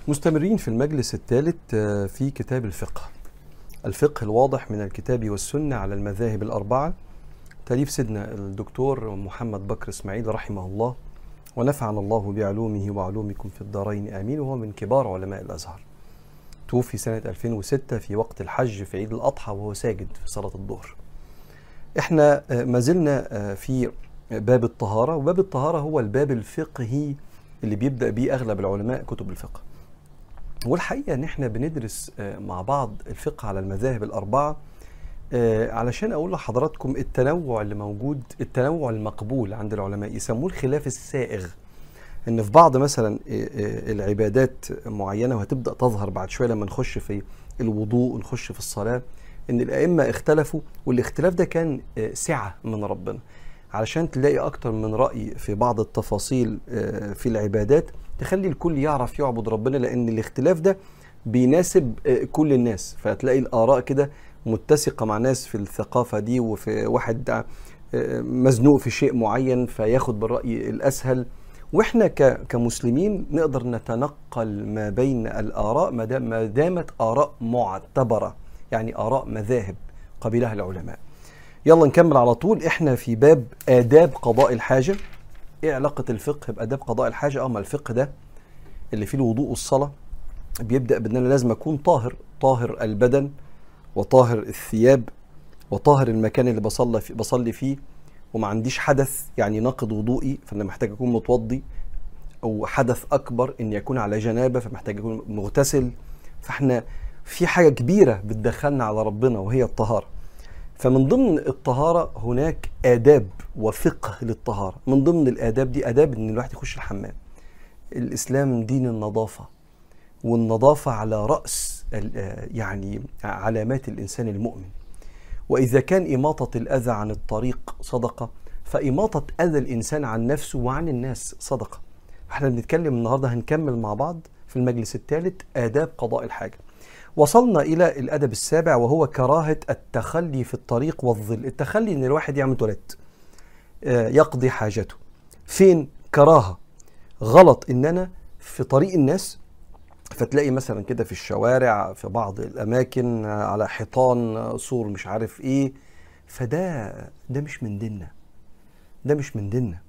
مستمرين في المجلس الثالث في كتاب الفقه. الفقه الواضح من الكتاب والسنة على المذاهب الأربعة، تأليف سيدنا الدكتور محمد بكر إسماعيل رحمه الله، ونفعنا الله بعلومه وعلومكم في الدارين آمين. وهو من كبار علماء الأزهر، توفي سنة 2006 في وقت الحج في عيد الأضحى وهو ساجد في صلاة الظهر. احنا ما زلنا في باب الطهارة، وباب الطهارة هو الباب الفقهي اللي بيبدأ بيه أغلب العلماء كتب الفقه. والحقيقة ان احنا بندرس مع بعض الفقه على المذاهب الأربعة علشان أقول لحضراتكم التنوع اللي موجود، التنوع المقبول عند العلماء، يسموه الخلاف السائغ. ان في بعض مثلا العبادات معينة، وهتبدأ تظهر بعد شوية لما نخش في الوضوء ونخش في الصلاة، ان الأئمة اختلفوا، والاختلاف ده كان سعة من ربنا علشان تلاقي أكتر من رأي في بعض التفاصيل في العبادات تخلي الكل يعرف يعبد ربنا، لأن الاختلاف ده بيناسب كل الناس. فتلاقي الآراء كده متسقة مع ناس في الثقافة دي، وفي واحد مزنوق في شيء معين فياخد بالرأي الأسهل. وإحنا كمسلمين نقدر نتنقل ما بين الآراء ما دامت آراء معتبرة، يعني آراء مذاهب قبلها العلماء. يلا نكمل على طول. احنا في باب آداب قضاء الحاجة. ايه علاقة الفقه بآداب قضاء الحاجة؟ ما الفقه ده اللي فيه الوضوء والصلاة بيبدأ بأن أنا لازم أكون طاهر البدن، وطاهر الثياب، وطاهر المكان اللي بصلي فيه، وما عنديش حدث يعني ناقض وضوئي فأنا محتاج أكون متوضي، أو حدث أكبر إني أكون على جنابة فمحتاج أكون مغتسل. فإحنا في حاجة كبيرة بتدخلنا على ربنا وهي الطهارة. فمن ضمن الطهارة هناك آداب وفقه للطهارة. من ضمن الآداب دي آداب إن الواحد يخش الحمام. الإسلام دين النظافة، والنظافة على رأس يعني علامات الإنسان المؤمن. وإذا كان إماطة الأذى عن الطريق صدقة، فإماطة أذى الإنسان عن نفسه وعن الناس صدقة. احنا بنتكلم النهاردة، هنكمل مع بعض في المجلس الثالث آداب قضاء الحاجة. وصلنا إلى الأدب السابع، وهو كراهة التخلي في الطريق والظل. التخلي إن الواحد يعمل تواليت يقضي حاجته. فين؟ كراهة، غلط إن أنا في طريق الناس، فتلاقي مثلا كده في الشوارع في بعض الأماكن على حيطان سور مش عارف إيه، فده مش من ديننا، ده مش من ديننا.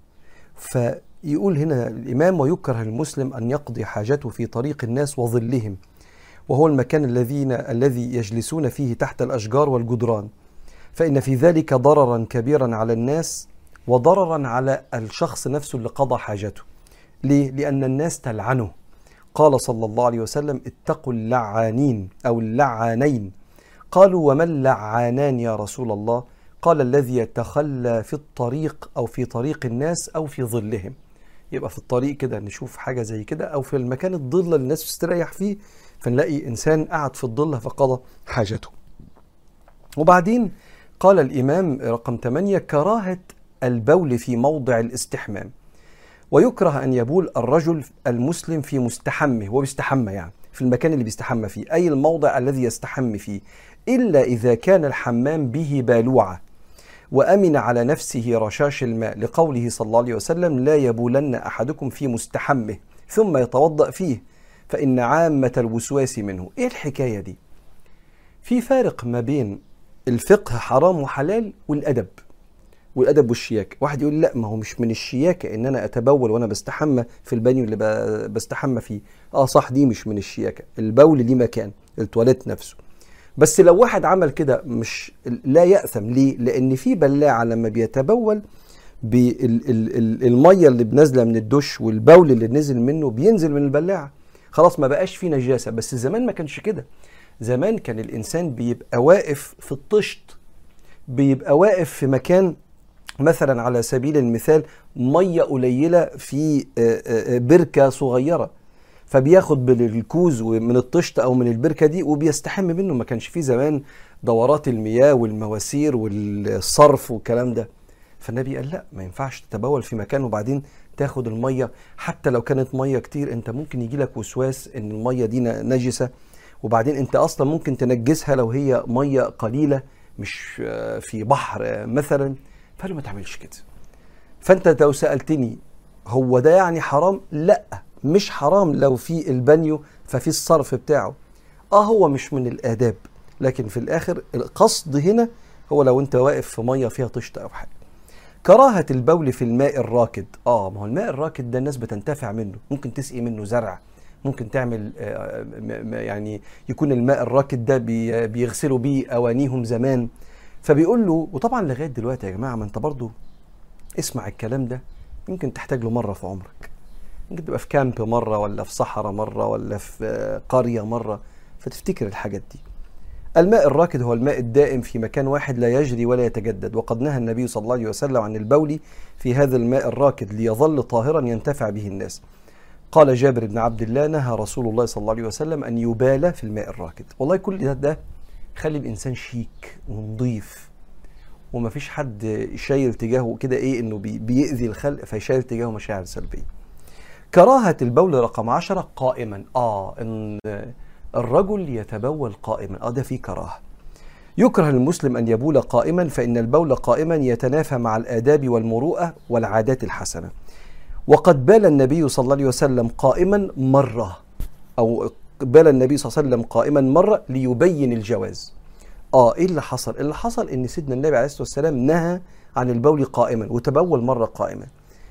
فيقول هنا الإمام: ويكره المسلم أن يقضي حاجته في طريق الناس وظلهم، وهو المكان الذي يجلسون فيه تحت الأشجار والجدران، فإن في ذلك ضررا كبيرا على الناس وضررا على الشخص نفسه اللي قضى حاجته. ليه؟ لأن الناس تلعنه. قال صلى الله عليه وسلم: اتقوا اللعانين أو اللعانين. قالوا: وما اللعانان يا رسول الله؟ قال: الذي يتخلى في الطريق أو في طريق الناس أو في ظلهم. يبقى في الطريق كده نشوف حاجة زي كده، أو في المكان الظل اللي الناس تستريح فيه، فنلاقي إنسان قاعد في الظل فقضى حاجته. وبعدين قال الإمام رقم 8: كراهة البول في موضع الاستحمام. ويكره أن يبول الرجل المسلم في مستحمه، هو بيستحمى يعني في المكان اللي بيستحمى فيه، أي الموضع الذي يستحمى فيه، إلا إذا كان الحمام به بالوعة وأمن على نفسه رشاش الماء، لقوله صلى الله عليه وسلم: لا يبولن أحدكم في مستحمه ثم يتوضأ فيه فإن عامة الوسواس منه. إيه الحكاية دي؟ في فارق ما بين الفقه حرام وحلال والأدب والشياكة. واحد يقول لا، ما هو مش من الشياكة إن أنا أتبول وأنا بستحمى في البانيو اللي بستحمى فيه. صح، دي مش من الشياكة، البول ليه مكان، التواليت نفسه. بس لو واحد عمل كده مش لا يأثم. ليه؟ لأن في بلاعة لما بيتبول بالمية اللي بنزله من الدش والبول اللي نزل منه بينزل من البلاعة، خلاص ما بقاش فيه نجاسة. بس زمان ما كانش كده. زمان كان الإنسان بيبقى واقف في الطشت، بيبقى واقف في مكان مثلا على سبيل المثال مية قليلة في بركة صغيرة، فبياخد بالكوز من الطشت أو من البركة دي وبيستحم منه. ما كانش فيه زمان دورات المياه والمواسير والصرف والكلام ده. فالنبي قال لا، ما ينفعش تتبول في مكان وبعدين تاخد المية. حتى لو كانت مية كتير، انت ممكن يجيلك وسواس ان المية دي نجسة، وبعدين انت اصلا ممكن تنجسها لو هي مية قليلة مش في بحر مثلا. فقالوا ما تعملش كده. فانت لو سألتني هو ده يعني حرام؟ لا، مش حرام لو في البانيو ففي الصرف بتاعه هو مش من الآداب، لكن في الآخر القصد هنا هو لو أنت واقف في مية فيها طشت أو حاجة. كراهة البول في الماء الراكد. ما هو الماء الراكد ده الناس بتنتفع منه، ممكن تسقي منه زرع، ممكن تعمل يعني يكون الماء الراكد ده بيغسلوا بيه أوانيهم زمان. فبيقول له، وطبعا لغاية دلوقتي يا جماعة ما أنت برضو اسمع الكلام ده، يمكن تحتاج له مرة في عمرك، ممكن تبقى في كامب مرة، ولا في صحراء مرة، ولا في قرية مرة، فتفتكر الحاجات دي. الماء الراكد هو الماء الدائم في مكان واحد لا يجري ولا يتجدد، وقد نهى النبي صلى الله عليه وسلم عن البول في هذا الماء الراكد ليظل طاهرا ينتفع به الناس. قال جابر بن عبد الله: نهى رسول الله صلى الله عليه وسلم أن يبال في الماء الراكد. والله كل ده خلي الإنسان شيك ونظيف، وما فيش حد شايل تجاهه كده إنه بيأذي الخلق فيشايل تجاهه مشاعر سلبية. كراهة البول رقم 10 قائما. إن الرجل يتبول قائما، ده فيه كراهة. يكره للمسلم أن يبول قائما، فإن البول قائما يتنافى مع الآداب والمروءة والعادات الحسنة. وقد بال النبي صلى الله عليه وسلم قائما مرة، أو بال النبي صلى الله عليه وسلم قائما مرة ليبين الجواز. إيه اللي حصل؟ اللي حصل إن سيدنا النبي عليه الصلاة والسلام نهى عن البول قائما وتبول مرة قائما.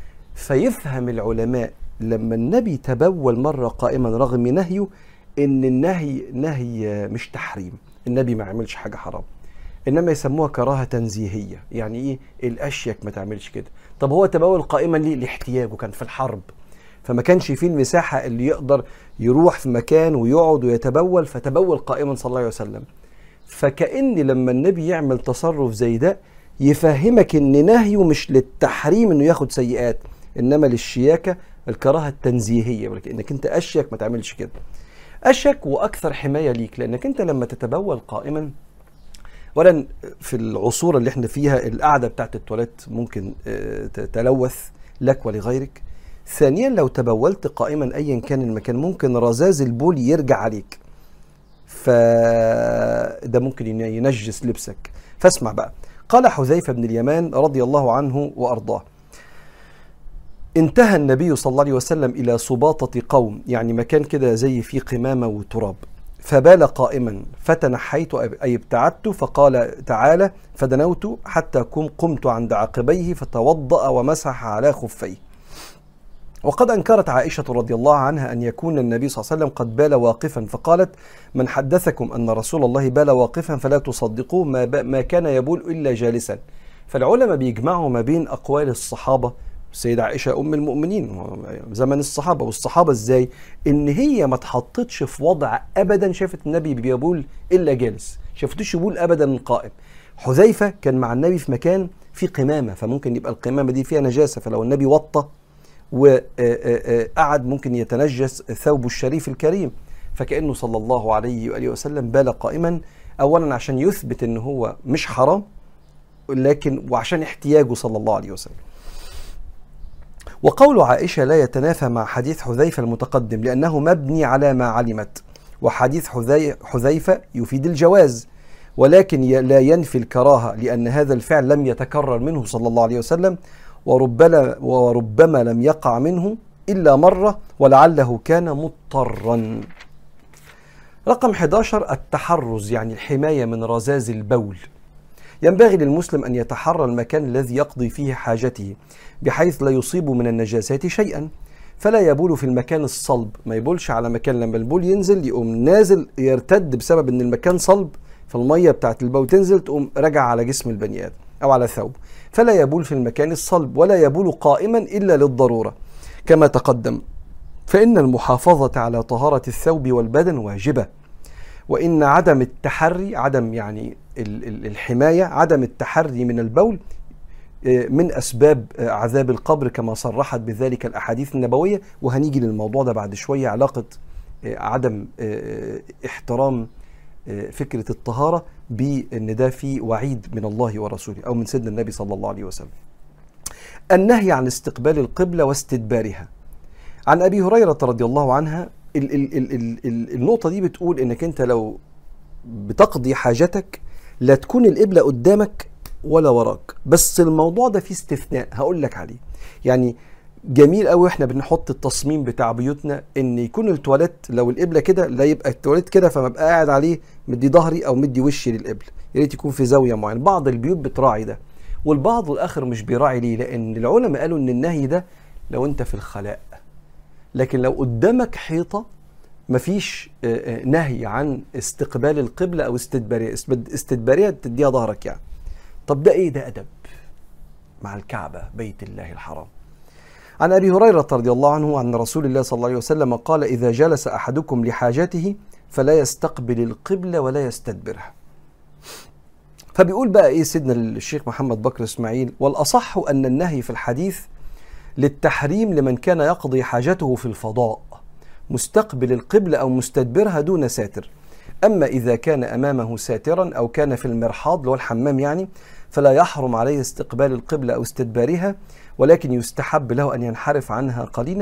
فيفهم العلماء لما النبي تبول مرة قائما رغم نهيه إن النهي نهي مش تحريم، النبي ما عملش حاجة حرام، إنما يسموها كراهة تنزيهية. يعني الأشيك ما تعملش كده. طب هو تبول قائما ليه؟ لاحتياجه، كان في الحرب فما كانش فيه المساحة اللي يقدر يروح في مكان ويقعد ويتبول، فتبول قائما صلى الله عليه وسلم. فكأن لما النبي يعمل تصرف زي ده يفهمك إن نهيه مش للتحريم إنه ياخد سيئات، إنما للشياكة، الكراهة التنزيهية، إنك أنت أشيك ما تعملش كده. أشك وأكثر حماية ليك، لأنك أنت لما تتبول قائما، ولا في العصور اللي احنا فيها القعدة بتاعت التواليت ممكن تلوث لك ولغيرك. ثانيا لو تبولت قائما أيا كان المكان ممكن رذاذ البول يرجع عليك، فده ممكن ينجس لبسك. فاسمع بقى. قال حذيفة بن اليمان رضي الله عنه وأرضاه: انتهى النبي صلى الله عليه وسلم إلى سباطة قوم، يعني مكان كده زي فيه قمامة وتراب، فبال قائما فتنحيت أي ابتعدت، فقال تعالى: فدنوت حتى قمت عند عقبيه فتوضأ ومسح على خفيه. وقد أنكرت عائشة رضي الله عنها أن يكون النبي صلى الله عليه وسلم قد بال واقفا، فقالت: من حدثكم أن رسول الله بال واقفا فلا تصدقوه، ما كان يبول إلا جالسا. فالعلماء بيجمعوا ما بين أقوال الصحابة، السيدة عائشة أم المؤمنين زمن الصحابة، والصحابة إزاي؟ إن هي ما تحطتش في وضع أبدا شافت النبي بيبول إلا جالس، شافتوش يبول أبدا قائم. حذيفة كان مع النبي في مكان فيه قمامة، فممكن يبقى القمامة دي فيها نجاسة، فلو النبي وطى وقعد ممكن يتنجس ثوبه الشريف الكريم، فكأنه صلى الله عليه وآله وسلم بال قائما، أولا عشان يثبت إن هو مش حرام، لكن وعشان احتياجه صلى الله عليه وسلم. وقول عائشة لا يتنافى مع حديث حذيفة المتقدم، لأنه مبني على ما علمت، وحديث حذيفة يفيد الجواز، ولكن لا ينفي الكراهة، لأن هذا الفعل لم يتكرر منه صلى الله عليه وسلم، وربما لم يقع منه إلا مرة، ولعله كان مضطرا. رقم 11 التحرز، يعني الحماية من رذاذ البول. ينبغي للمسلم أن يتحرى المكان الذي يقضي فيه حاجته بحيث لا يصيب من النجاسات شيئا، فلا يبول في المكان الصلب، ما يبولش على مكان لما البول ينزل يقوم نازل يرتد بسبب ان المكان صلب، فالمية بتاعت البول تنزل تقوم رجع على جسم البني آدم أو على ثوب. فلا يبول في المكان الصلب، ولا يبول قائما إلا للضرورة كما تقدم، فإن المحافظة على طهارة الثوب والبدن واجبة، وإن عدم التحري، عدم يعني الحماية، عدم التحري من البول من أسباب عذاب القبر كما صرحت بذلك الأحاديث النبوية. وهنيجي للموضوع ده بعد شوية، علاقة عدم احترام فكرة الطهارة بأن ده في وعيد من الله ورسوله أو من سيدنا النبي صلى الله عليه وسلم. النهي عن استقبال القبلة واستدبارها. عن أبي هريرة رضي الله عنها النقطة دي بتقول إنك أنت لو بتقضي حاجتك لا تكون القبلة قدامك ولا وراك، بس الموضوع ده فيه استثناء هقول لك عليه. يعني جميل قوي احنا بنحط التصميم بتاع بيوتنا ان يكون التواليت لو القبله كده لا يبقى التواليت كده، فما ابقى قاعد عليه مدي ظهري او مدي وشي للقبله، يا ريت يكون في زاويه معينه. بعض البيوت بتراعي ده والبعض الاخر مش بيراعي. ليه؟ لان العلماء قالوا ان النهي ده لو انت في الخلاء، لكن لو قدامك حيطه مفيش نهي عن استقبال القبله او استدباريه. استدباريه تديها ظهرك يعني. طب ده ايه؟ ده ادب مع الكعبه بيت الله الحرام. عن أبي هريرة رضي الله عنه عن رسول الله صلى الله عليه وسلم قال: إذا جلس أحدكم لحاجته فلا يستقبل القبلة ولا يستدبرها. فبيقول بقى إيه سيدنا الشيخ محمد بكر إسماعيل: والأصح أن النهي في الحديث للتحريم لمن كان يقضي حاجته في الفضاء مستقبل القبلة أو مستدبرها دون ساتر. أما إذا كان أمامه ساترا أو كان في المرحاض اللي هو الحمام يعني، فلا يحرم عليه استقبال القبلة أو استدبارها، ولكن يستحب له أن ينحرف عنها قليلا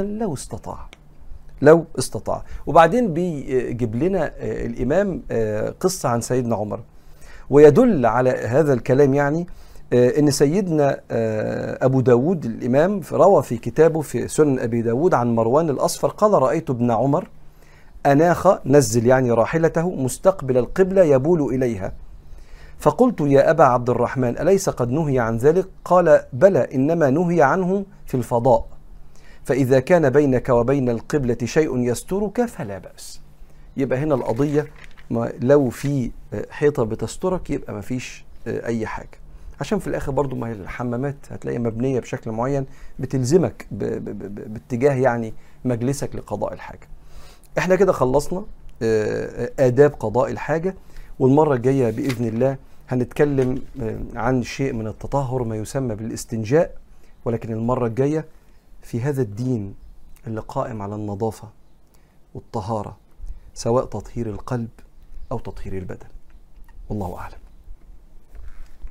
لو استطاع. وبعدين بيجيب لنا الإمام قصة عن سيدنا عمر، ويدل على هذا الكلام يعني أن سيدنا أبو داود الإمام روى في كتابه في سنن أبي داود عن مروان الأصفر قال: رأيت ابن عمر أناخ نزل يعني راحلته مستقبل القبلة يبول إليها، فقلت: يا أبا عبد الرحمن أليس قد نهي عن ذلك؟ قال: بلى، إنما نهي عنه في الفضاء، فإذا كان بينك وبين القبلة شيء يسترك فلا بأس. يبقى هنا القضية لو في حيطة بتسترك يبقى ما فيش أي حاجة، عشان في الآخر برضو ما هي الحمامات هتلاقي مبنية بشكل معين بتلزمك باتجاه يعني مجلسك لقضاء الحاجة. احنا كده خلصنا آداب قضاء الحاجة، والمرة الجاية بإذن الله هنتكلم عن شيء من التطهر ما يسمى بالاستنجاء، ولكن المرة الجاية في هذا الدين اللي قائم على النظافة والطهارة، سواء تطهير القلب أو تطهير البدن. والله أعلم.